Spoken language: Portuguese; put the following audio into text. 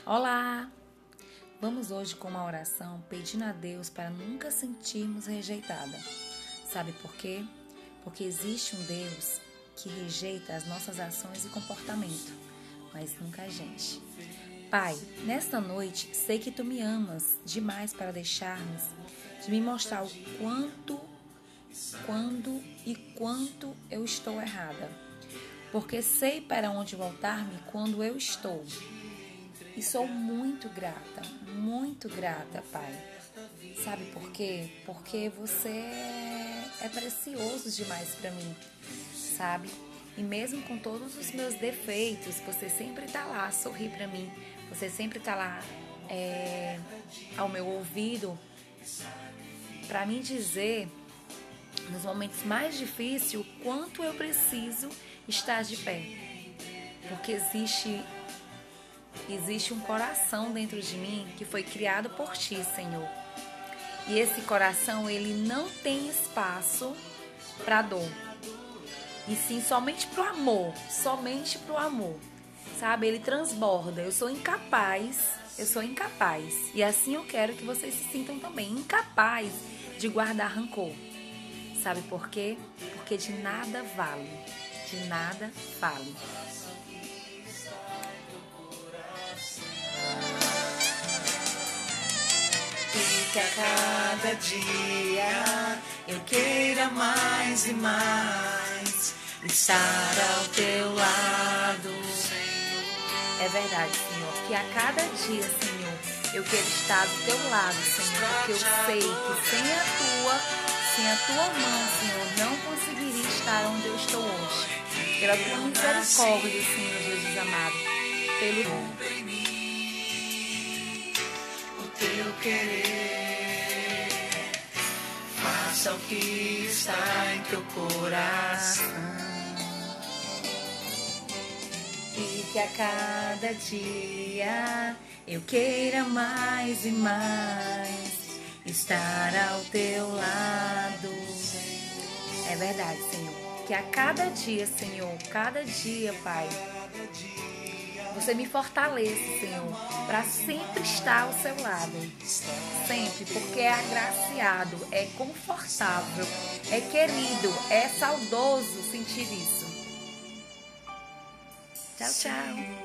Olá! Vamos hoje com uma oração pedindo a Deus para nunca sentirmos rejeitada. Sabe por quê? Porque existe um Deus que rejeita as nossas ações e comportamento, mas nunca a gente. Pai, nesta noite sei que Tu me amas demais para deixar-nos de me mostrar o quanto, quando e quanto eu estou errada. Porque sei para onde voltar-me quando eu estou. E sou muito grata, Pai. Sabe por quê? Porque você é precioso demais para mim, sabe? E mesmo com todos os meus defeitos, você sempre tá lá a sorrir para mim. Você sempre tá lá ao meu ouvido para me dizer, nos momentos mais difíceis, o quanto eu preciso estar de pé. Porque existe um coração dentro de mim que foi criado por Ti, Senhor. E esse coração, ele não tem espaço para dor. E sim, somente pro amor. Sabe? Ele transborda. Eu sou incapaz. E assim eu quero que vocês se sintam também incapaz de guardar rancor. Sabe por quê? Porque de nada vale. E que a cada dia eu queira mais e mais estar ao Teu lado, É verdade, Senhor, que a cada dia, Senhor, eu quero estar do Teu lado, Senhor, porque eu sei que sem a Tua mão, Senhor, não conseguiria estar onde eu estou hoje. Pela Tua misericórdia, Senhor Jesus amado, pelo o Teu querer, faça o que está em Teu coração. E que a cada dia eu queira mais e mais estar ao Teu lado. É verdade, Senhor. Que a cada dia, Senhor, Pai, Você me fortaleça, Senhor, para sempre estar ao Seu lado. Sempre, porque é agraciado, é confortável, é querido, é saudoso sentir isso. Tchau, tchau.